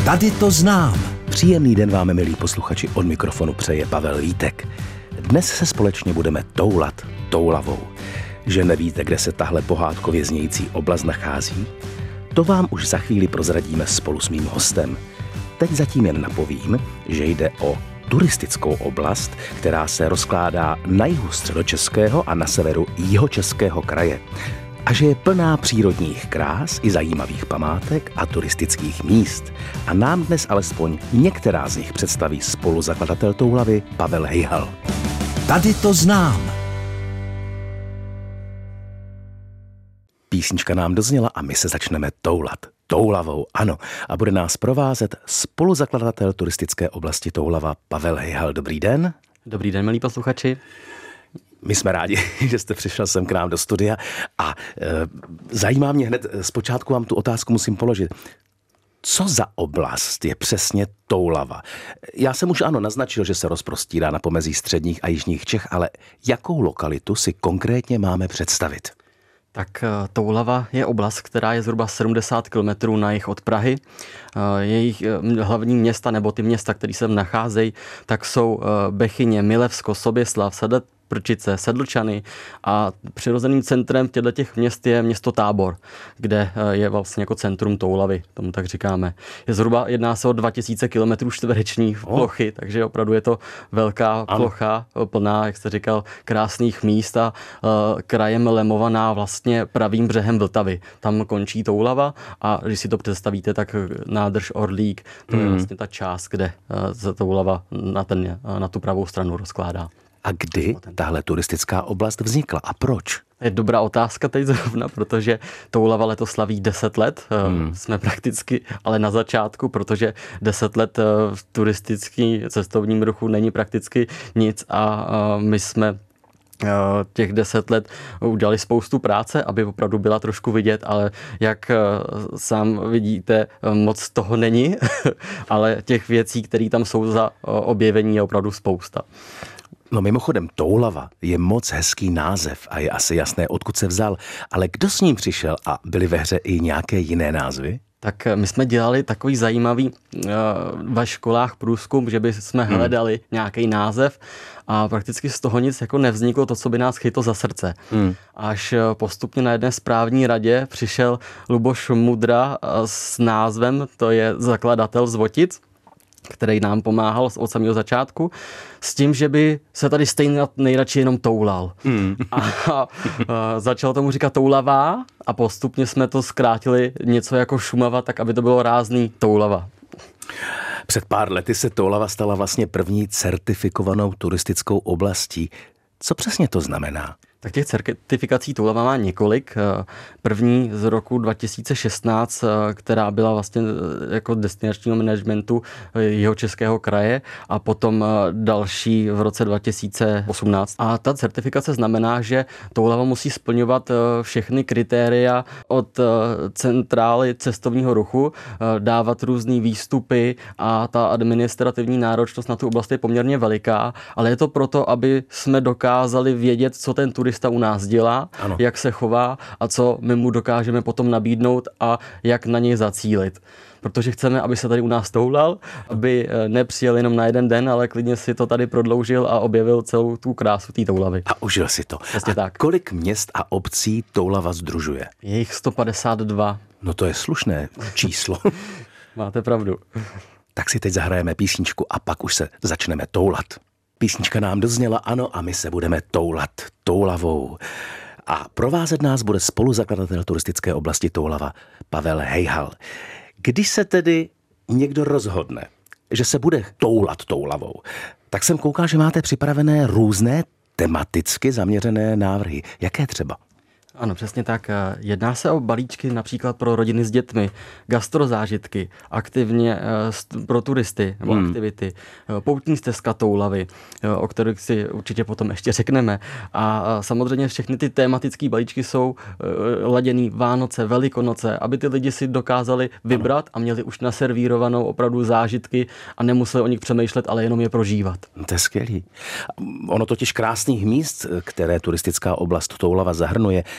Tady to znám. Příjemný den vám, milí posluchači, od mikrofonu přeje Pavel Vítek. Dnes se společně budeme toulat toulavou. Že nevíte, kde se tahle pohádkově znějící oblast nachází? To vám už za chvíli prozradíme spolu s mým hostem. Teď zatím jen napovím, že jde o turistickou oblast, která se rozkládá na jihu Středočeského a na severu Jihočeského kraje. A že je plná přírodních krás i zajímavých památek a turistických míst. A nám dnes alespoň některá z nich představí spoluzakladatel toulavy Pavel Hejhal. Tady to znám. Písnička nám dozněla a my se začneme toulat. Toulavou, ano. A bude nás provázet spoluzakladatel turistické oblasti Toulava Pavel Hejhal. Dobrý den. Dobrý den, milí posluchači. My jsme rádi, že jste přišel sem k nám do studia a zajímá mě hned, zpočátku vám tu otázku musím položit. Co za oblast je přesně Toulava? Já jsem už naznačil, že se rozprostírá na pomezí středních a jižních Čech, ale jakou lokalitu si konkrétně máme představit? Tak Toulava je oblast, která je zhruba 70 km na jih od Prahy. Jejich hlavní města, nebo ty města, které se nacházejí, tak jsou Bechyně, Milevsko, Soběslav, Prčice, Sedlčany a přirozeným centrem těch měst je město Tábor, kde je vlastně jako centrum Toulavy, tomu tak říkáme. Jedná se o 2000 km čtverečních plochy, takže opravdu je to velká plocha, plná, jak jste říkal, krásných míst a krajem lemovaná vlastně pravým břehem Vltavy. Tam končí Toulava a když si to představíte, tak nádrž Orlík, to je vlastně ta část, kde se Toulava na tu pravou stranu rozkládá. A kdy tahle turistická oblast vznikla a proč? Je dobrá otázka teď zrovna, protože Toulava letos slaví 10 let. Jsme prakticky ale na začátku, protože 10 let v turistickém cestovním ruchu není prakticky nic a my jsme těch 10 let udělali spoustu práce, aby opravdu byla trošku vidět, ale jak sám vidíte, moc toho není, ale těch věcí, které tam jsou za objevení, je opravdu spousta. No mimochodem, Toulava je moc hezký název a je asi jasné, odkud se vzal, ale kdo s ním přišel a byly ve hře i nějaké jiné názvy? Tak my jsme dělali takový zajímavý ve školách průzkum, že by jsme hledali nějaký název a prakticky z toho nic jako nevzniklo to, co by nás chytlo za srdce. Až postupně na jedné správní radě přišel Luboš Mudra s názvem, to je zakladatel z Votic, který nám pomáhal od samého začátku, s tím, že by se tady stejně nejradši jenom toulal. A začal tomu říkat Toulavá a postupně jsme to zkrátili něco jako Šumava, tak aby to bylo rázný Toulava. Před pár lety se Toulava stala vlastně první certifikovanou turistickou oblastí. Co přesně to znamená? Tak těch certifikací Toulava má několik. První z roku 2016, která byla vlastně jako destinačního managementu Jihočeského kraje a potom další v roce 2018. A ta certifikace znamená, že Toulava musí splňovat všechny kritéria od centrály cestovního ruchu, dávat různý výstupy a ta administrativní náročnost na tu oblast je poměrně veliká, ale je to proto, aby jsme dokázali vědět, co ten turista u nás dělá, jak se chová a co my mu dokážeme potom nabídnout a jak na něj zacílit. Protože chceme, aby se tady u nás toulal, aby nepřijel jenom na jeden den, ale klidně si to tady prodloužil a objevil celou tu krásu té Toulavy. A užil si to. Přesně tak. Kolik měst a obcí Toulava sdružuje? Je jich 152. No to je slušné číslo. Máte pravdu. Tak si teď zahrajeme písničku a pak už se začneme toulat. Písnička nám dozněla, ano, a my se budeme toulat Toulavou. A provázet nás bude spoluzakladatel turistické oblasti Toulava Pavel Hejhal. Když se tedy někdo rozhodne, že se bude toulat Toulavou, tak jsem koukal, že máte připravené různé tematicky zaměřené návrhy. Jaké třeba? Ano, přesně tak. Jedná se o balíčky například pro rodiny s dětmi, gastrozážitky, aktivně pro turisty nebo aktivity, poutní stezka Toulavy, o kterých si určitě potom ještě řekneme. A samozřejmě všechny ty tematické balíčky jsou laděný Vánoce, Velikonoce, aby ty lidi si dokázali vybrat a měli už naservírovanou opravdu zážitky a nemuseli o nich přemýšlet, ale jenom je prožívat. To je skvělý. Ono totiž krásných míst, které turistická oblast Toulava zahrnuje,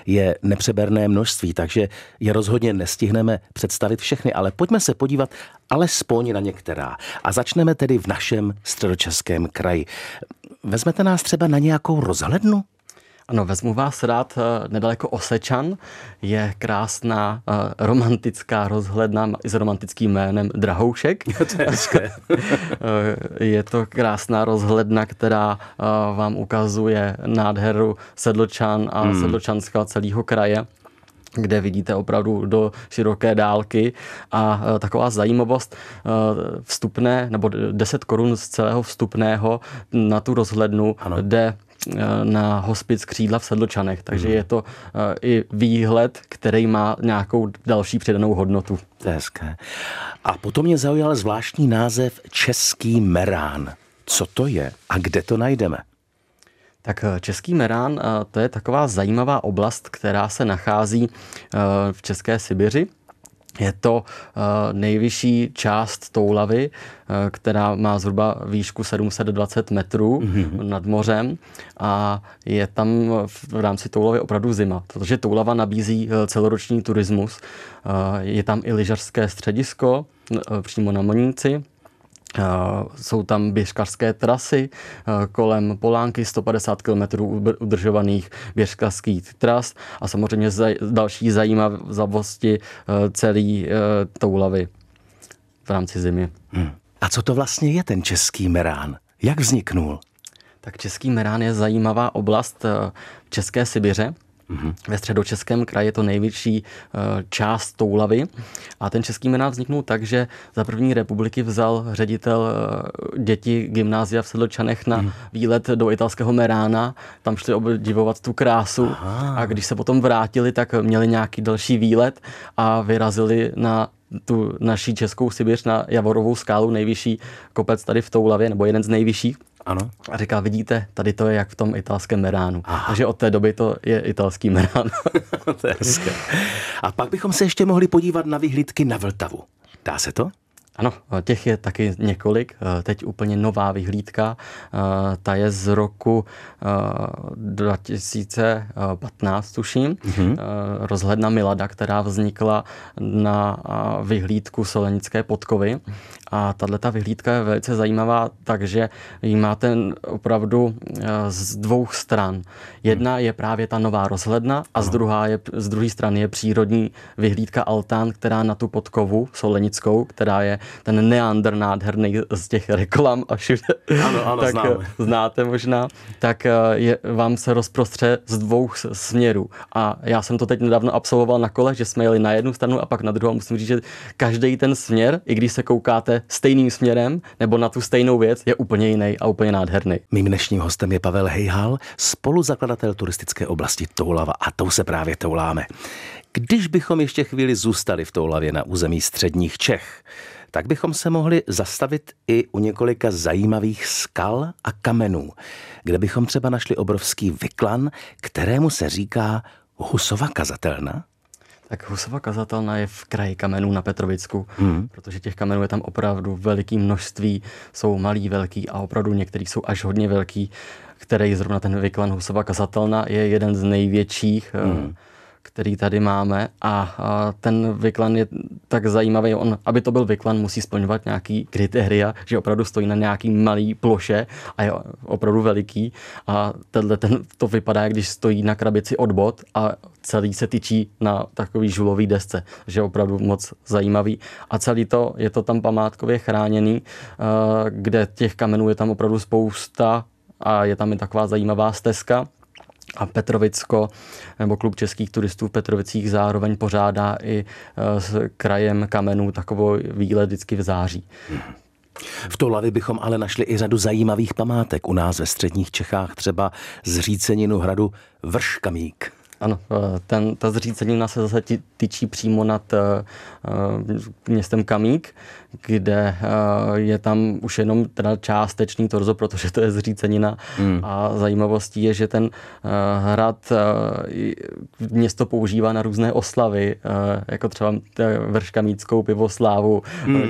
je nepřeberné množství, takže je rozhodně nestihneme představit všechny, ale pojďme se podívat alespoň na některá. A začneme tedy v našem Středočeském kraji. Vezmete nás třeba na nějakou rozhlednu? Ano, vezmu vás rád. Nedaleko Osečan je krásná romantická rozhledna s romantickým jménem Drahoušek. To je hezké. Je to krásná rozhledna, která vám ukazuje nádheru Sedlčan a Sedlčanska celého kraje, kde vidíte opravdu do široké dálky. A taková zajímavost, vstupné, nebo 10 korun z celého vstupného na tu rozhlednu jde na hospic Křídla v Sedlčanech, takže je to i výhled, který má nějakou další přidanou hodnotu. To je hezké. A potom mě zaujal zvláštní název Český Merán. Co to je a kde to najdeme? Tak Český Merán, to je taková zajímavá oblast, která se nachází v České Sibiři. Je to nejvyšší část Toulavy, která má zhruba výšku 720 metrů nad mořem a je tam v rámci Toulavy opravdu zima, protože Toulava nabízí celoroční turismus. Je tam i lyžařské středisko přímo na Monínci. Jsou tam běžkařské trasy kolem Polánky, 150 km udržovaných běžkařských tras a samozřejmě další zajímavosti celé Toulavy v rámci zimy. A co to vlastně je ten Český Merán? Jak vzniknul? Tak Český Merán je zajímavá oblast v České Sibiře. Ve Středočeském kraji je to největší část Toulavy a ten Český Merán vzniknul tak, že za první republiky vzal ředitel děti gymnázia v Sedlčanech na výlet do italského Merána, tam šli obdivovat tu krásu a když se potom vrátili, tak měli nějaký další výlet a vyrazili na tu naší Českou Sibiř, na Javorovou skálu, nejvyšší kopec tady v Toulavě, nebo jeden z nejvyšších. Ano. A říká, vidíte, tady to je jak v tom italském Meránu. Takže od té doby to je italský Merán. To je hezké. A pak bychom se ještě mohli podívat na vyhlídky na Vltavu. Dá se to? Ano, těch je taky několik. Teď úplně nová vyhlídka. Ta je z roku 2015, tuším. Rozhledna Milada, která vznikla na vyhlídku Solenické podkovy. A tato vyhlídka je velice zajímavá, takže ji máte opravdu z dvou stran. Jedna je právě ta nová rozhledna a z druhé strany je přírodní vyhlídka Altán, která na tu podkovu Solenickou, která je ten neander nádherný z těch reklam a všude, ano, tak známe. Znáte možná, tak vám se rozprostře z dvou směrů. A já jsem to teď nedávno absolvoval na kole, že jsme jeli na jednu stranu a pak na druhou. Musím říct, že každý ten směr, i když se koukáte stejným směrem nebo na tu stejnou věc, je úplně jiný a úplně nádherný. Mým dnešním hostem je Pavel Hejhal, spoluzakladatel turistické oblasti Toulava a tou se právě touláme. Když bychom ještě chvíli zůstali v Toulavě na území středních Čech, tak bychom se mohli zastavit i u několika zajímavých skal a kamenů, kde bychom třeba našli obrovský vyklan, kterému se říká Husova kazatelna. Tak Husova kazatelna je v kraji kamenů na Petrovicku, protože těch kamenů je tam opravdu veliké množství, jsou malý, velký a opravdu některý jsou až hodně velký, který zrovna ten vyklan Husova kazatelna je jeden z největších, který tady máme a ten vyklan je tak zajímavý. On, aby to byl vyklan, musí splňovat nějaký kritéria, že opravdu stojí na nějaký malý ploše a je opravdu veliký a to vypadá, když stojí na krabici od bot a celý se tyčí na takový žulový desce, že je opravdu moc zajímavý a celý to, je to tam památkově chráněný, kde těch kamenů je tam opravdu spousta a je tam i taková zajímavá stezka. A Petrovicko, nebo Klub českých turistů v Petrovicích zároveň pořádá i s krajem kamenů takový výlet vždycky v září. V Toulavě bychom ale našli i řadu zajímavých památek. U nás ve středních Čechách třeba zříceninu hradu Vrškamík. Ano, ta zřícenina se zase tyčí přímo nad městem Kamík, kde je tam už jenom teda částečný torzo, protože to je zřícenina. A zajímavostí je, že ten hrad město používá na různé oslavy, jako třeba Vrška Mítskou pivoslávu,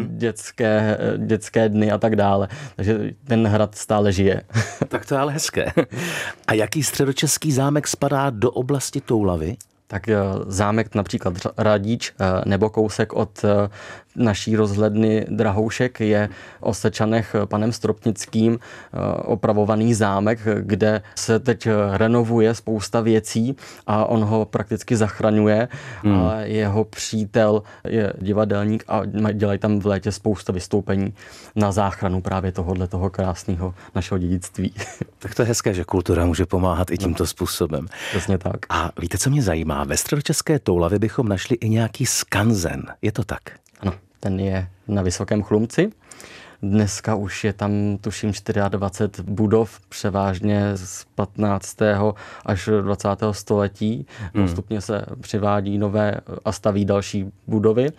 dětské dny a tak dále. Takže ten hrad stále žije. Tak to je ale hezké. A jaký středočeský zámek spadá do oblasti Toulavy? Tak zámek například Radíč nebo kousek od naší rozhledny Drahoušek je o Sečanech panem Stropnickým opravovaný zámek, kde se teď renovuje spousta věcí a on ho prakticky zachraňuje. A jeho přítel je divadelník a dělají tam v létě spousta vystoupení na záchranu právě toho krásného našeho dědictví. Tak to je hezké, že kultura může pomáhat i tímto způsobem. Přesně tak. A víte, co mě zajímá? Ve středočeské Toulavě bychom našli i nějaký skanzen. Je to tak? Ano, ten je na Vysokém Chlumci. Dneska už je tam, tuším, 24 budov, převážně z 15. až 20. století. Postupně se přivádí nové a staví další budovy.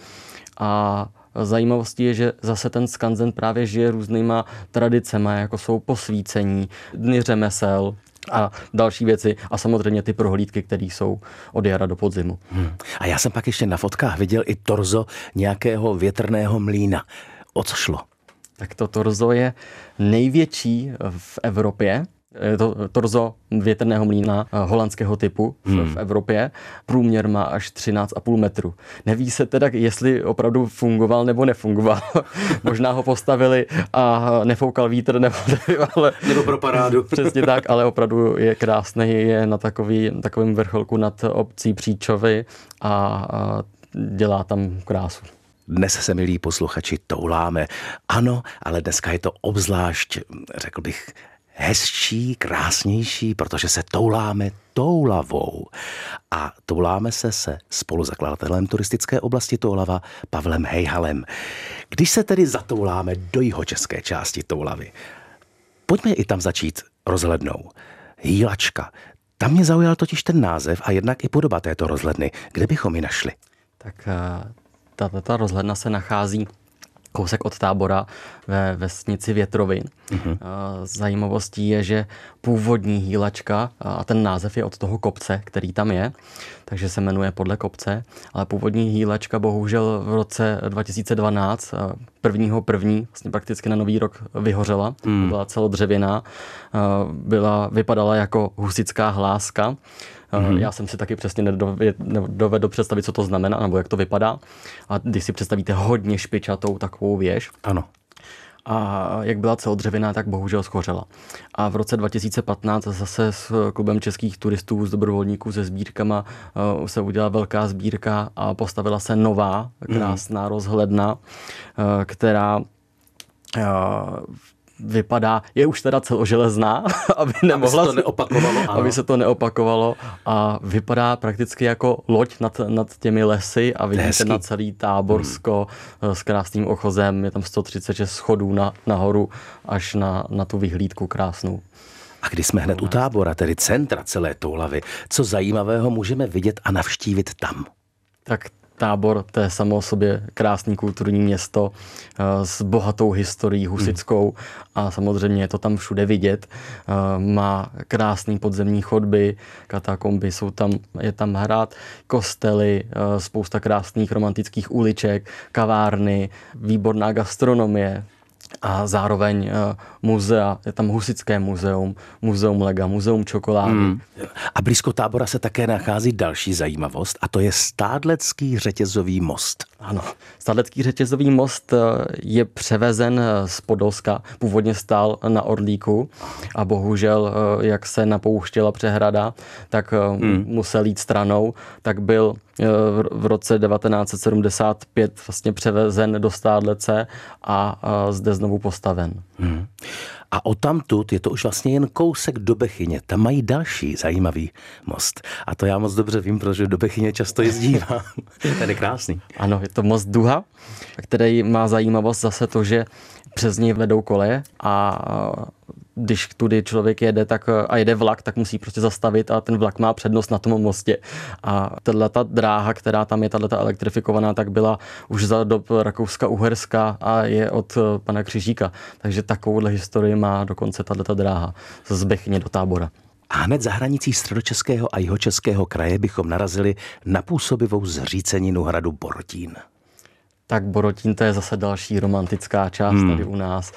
A zajímavostí je, že zase ten skanzen právě žije různýma tradicemi, jako jsou posvícení, dny řemesel a další věci a samozřejmě ty prohlídky, které jsou od jara do podzimu. A já jsem pak ještě na fotkách viděl i torzo nějakého větrného mlýna. O co šlo? Tak to torzo je největší v Evropě. Je to torzo větrného mlýna holandského typu v Evropě. Průměr má až 13,5 metru. Neví se teda, jestli opravdu fungoval nebo nefungoval. Možná ho postavili a nefoukal vítr Nebo pro parádu. Přesně tak, ale opravdu je krásný, je na takovém vrcholku nad obcí Příčovy a dělá tam krásu. Dnes se, milí posluchači, touláme. Ano, ale dneska je to obzvlášť, řekl bych, hezčí, krásnější, protože se touláme Toulavou. A touláme se spoluzakladatelem turistické oblasti Toulava Pavlem Hejhalem. Když se tedy zatouláme do jihočeské části Toulavy, pojďme i tam začít rozhlednou. Jílačka. Tam mě zaujal totiž ten název a jednak i podoba této rozhledny. Kde bychom ji našli? Tak ta rozhledna se nachází kousek od Tábora ve vesnici Větrovy. Zajímavostí je, že původní hýlačka, a ten název je od toho kopce, který tam je, takže se jmenuje podle kopce, ale původní hýlačka bohužel v roce 2012, 1.1., vlastně prakticky na Nový rok vyhořela, byla celodřevěná, vypadala jako husitská hláska. Já jsem si taky přesně nedovedl představit, co to znamená, nebo jak to vypadá. A když si představíte hodně špičatou takovou věž, ano. A jak byla celodřevěná, tak bohužel schořela. A v roce 2015 zase s klubem českých turistů, s dobrovolníků, se sbírkama se udělala velká sbírka a postavila se nová krásná rozhledna, která vypadá, je už teda celoželezná, aby se to neopakovalo a vypadá prakticky jako loď nad těmi lesy a vidíte na celý Táborsko s krásným ochozem, je tam 136 schodů nahoru až na tu vyhlídku krásnou. A když jsme hned u Tábora, tedy centra celé Toulavy, co zajímavého můžeme vidět a navštívit tam? Tak Tábor, to je samo o sobě krásný kulturní město s bohatou historií husitskou a samozřejmě je to tam všude vidět. Má krásný podzemní chodby, katakomby, je tam hrad, kostely, spousta krásných romantických uliček, kavárny, výborná gastronomie. A zároveň muzea, je tam husitské muzeum, muzeum lega, muzeum čokolády. A blízko Tábora se také nachází další zajímavost a to je Stádlecký řetězový most. Ano, Stádlecký řetězový most je převezen z Podolska, původně stál na Orlíku a bohužel, jak se napouštěla přehrada, tak musel jít stranou, tak byl v roce 1975 vlastně převezen do Stádlece a zde znovu postaven. A odtamtud je to už vlastně jen kousek do Bechyně. Tam mají další zajímavý most. A to já moc dobře vím, protože do Bechyně často jezdívám. Ten je krásný. Ano, je to most Duha, který má zajímavost zase to, že přes něj vedou koleje a když tudy člověk jede a jede vlak, tak musí prostě zastavit a ten vlak má přednost na tom mostě. A tato dráha, která tam je, tato elektrifikovaná, tak byla už za dob Rakouska-Uherska a je od pana Křižíka. Takže takovouhle historii má dokonce tato dráha z Bechyně do Tábora. A hned za hranicí Středočeského a Jihočeského kraje bychom narazili na působivou zříceninu hradu Borotín. Tak Borotín, to je zase další romantická část tady u nás.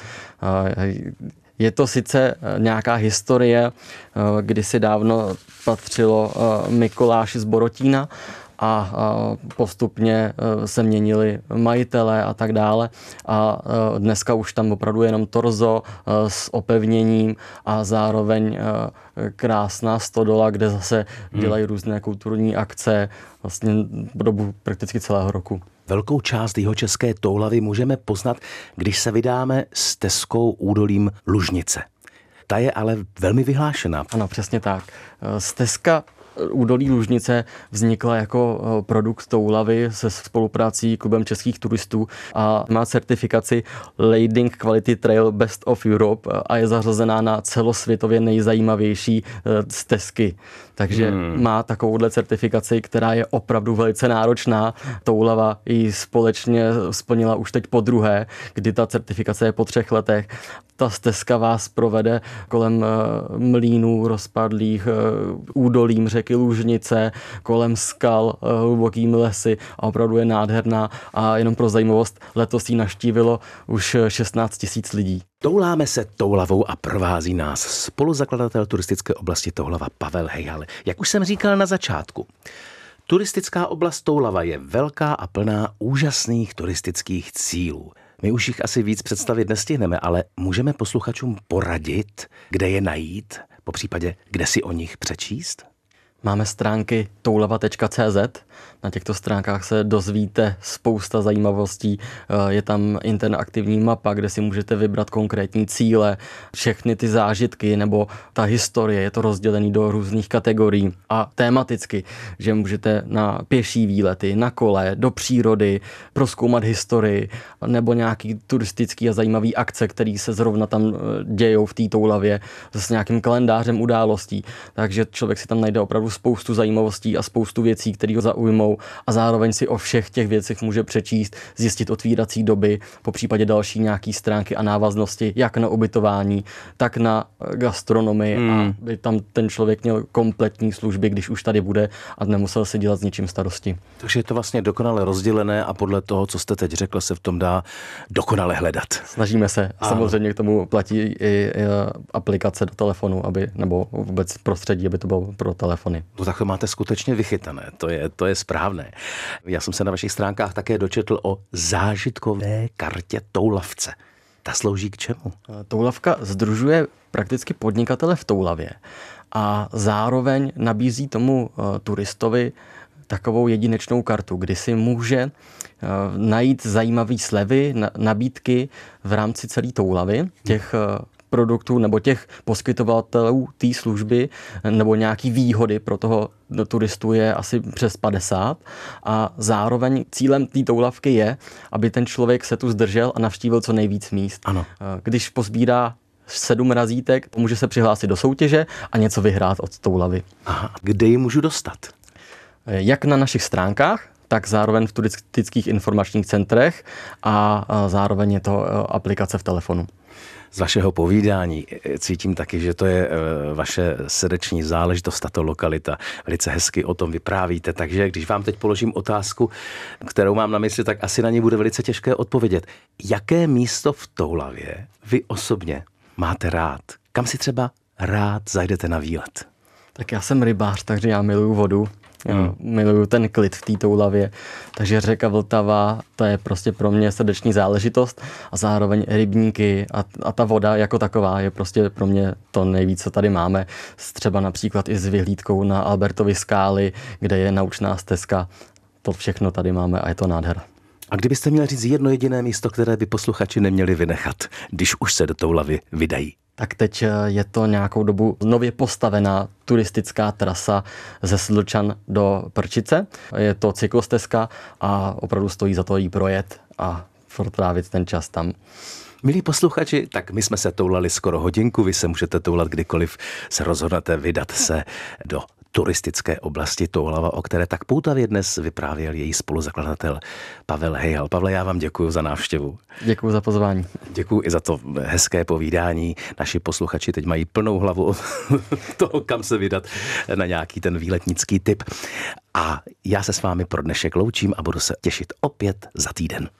Je to sice nějaká historie, kdysi dávno patřilo Mikuláši z Borotína a postupně se měnili majitelé a tak dále. A dneska už tam opravdu jenom torzo s opevněním a zároveň krásná stodola, kde zase dělají různé kulturní akce vlastně po dobu prakticky celého roku. Velkou část jihočeské Toulavy můžeme poznat, když se vydáme stezkou údolím Lužnice. Ta je ale velmi vyhlášená. Ano, přesně tak. Stezka údolí Lužnice vznikla jako produkt Toulavy se spoluprací Klubem českých turistů a má certifikaci Leading Quality Trail Best of Europe a je zařazená na celosvětově nejzajímavější stezky. Takže má takovouhle certifikaci, která je opravdu velice náročná. Toulava ji společně splnila už teď podruhé, kdy ta certifikace je po 3 letech. Ta stezka vás provede kolem mlýnů rozpadlých, údolím řeky Lužnice, kolem skal, hlubokými lesy a opravdu je nádherná. A jenom pro zajímavost, letos ji navštívilo už 16 000 lidí. Touláme se Toulavou a provází nás spoluzakladatel turistické oblasti Toulava Pavel Hejhal. Jak už jsem říkal na začátku, turistická oblast Toulava je velká a plná úžasných turistických cílů. My už jich asi víc představit nestihneme, ale můžeme posluchačům poradit, kde je najít, popřípadě kde si o nich přečíst? Máme stránky toulava.cz. Na těchto stránkách se dozvíte spousta zajímavostí. Je tam interaktivní mapa, kde si můžete vybrat konkrétní cíle, všechny ty zážitky nebo ta historie. Je to rozdělené do různých kategorií a tematicky, že můžete na pěší výlety, na kole, do přírody, prozkoumat historii nebo nějaký turistický a zajímavý akce, který se zrovna tam dějou v té Toulavě s nějakým kalendářem událostí. Takže člověk si tam najde opravdu spoustu zajímavostí a spoustu věcí, které ho zaujmou a zároveň si o všech těch věcech může přečíst, zjistit otvírací doby, popřípadě další nějaký stránky a návaznosti, jak na ubytování, tak na gastronomii, aby tam ten člověk měl kompletní služby, když už tady bude a nemusel si dělat s ničím starosti. Takže je to vlastně dokonale rozdělené a podle toho, co jste teď řekl, se v tom dá dokonale hledat. Snažíme se. Ano. Samozřejmě k tomu platí i aplikace do telefonu, nebo vůbec prostředí, aby to bylo pro telefony. No tak to máte skutečně vychytané, to je správné. Já jsem se na vašich stránkách také dočetl o zážitkové kartě Toulavce. Ta slouží k čemu? Toulavka sdružuje prakticky podnikatele v Toulavě a zároveň nabízí tomu turistovi takovou jedinečnou kartu, kdy si může najít zajímavé slevy, nabídky v rámci celé Toulavy, těch produktů nebo těch poskytovatelů té služby nebo nějaký výhody pro toho turistu je asi přes 50 a zároveň cílem té Toulavky je, aby ten člověk se tu zdržel a navštívil co nejvíc míst. Ano. Když pozbírá 7 razítek, může se přihlásit do soutěže a něco vyhrát od Toulavy. Aha, kde ji můžu dostat? Jak na našich stránkách, tak zároveň v turistických informačních centrech a zároveň je to aplikace v telefonu. Z vašeho povídání cítím taky, že to je vaše srdeční záležitost, tato lokalita. Velice hezky o tom vyprávíte, takže když vám teď položím otázku, kterou mám na mysli, tak asi na ní bude velice těžké odpovědět. Jaké místo v Toulavě vy osobně máte rád? Kam si třeba rád zajdete na výlet? Tak já jsem rybář, takže já miluju vodu. Miluju ten klid v té Toulavě, takže řeka Vltava, to je prostě pro mě srdeční záležitost a zároveň rybníky a ta voda jako taková je prostě pro mě to nejvíc, co tady máme. Třeba například i s vyhlídkou na Albertovy skály, kde je naučná stezka. To všechno tady máme a je to nádhera. A kdybyste měl říct jedno jediné místo, které by posluchači neměli vynechat, když už se do Toulavy vydají? Tak teď je to nějakou dobu nově postavená turistická trasa ze Slčan do Prčice. Je to cyklostezka a opravdu stojí za to jí projet a protrávit ten čas tam. Milí posluchači, tak my jsme se toulali skoro hodinku, vy se můžete toulat kdykoliv se rozhodnete vydat se do turistické oblasti Toulava, o které tak poutavě dnes vyprávěl její spoluzakladatel Pavel Hejhal. Pavle, já vám děkuji za návštěvu. Děkuji za pozvání. Děkuji i za to hezké povídání. Naši posluchači teď mají plnou hlavu toho, kam se vydat na nějaký ten výletnický tip. A já se s vámi pro dnešek loučím a budu se těšit opět za týden.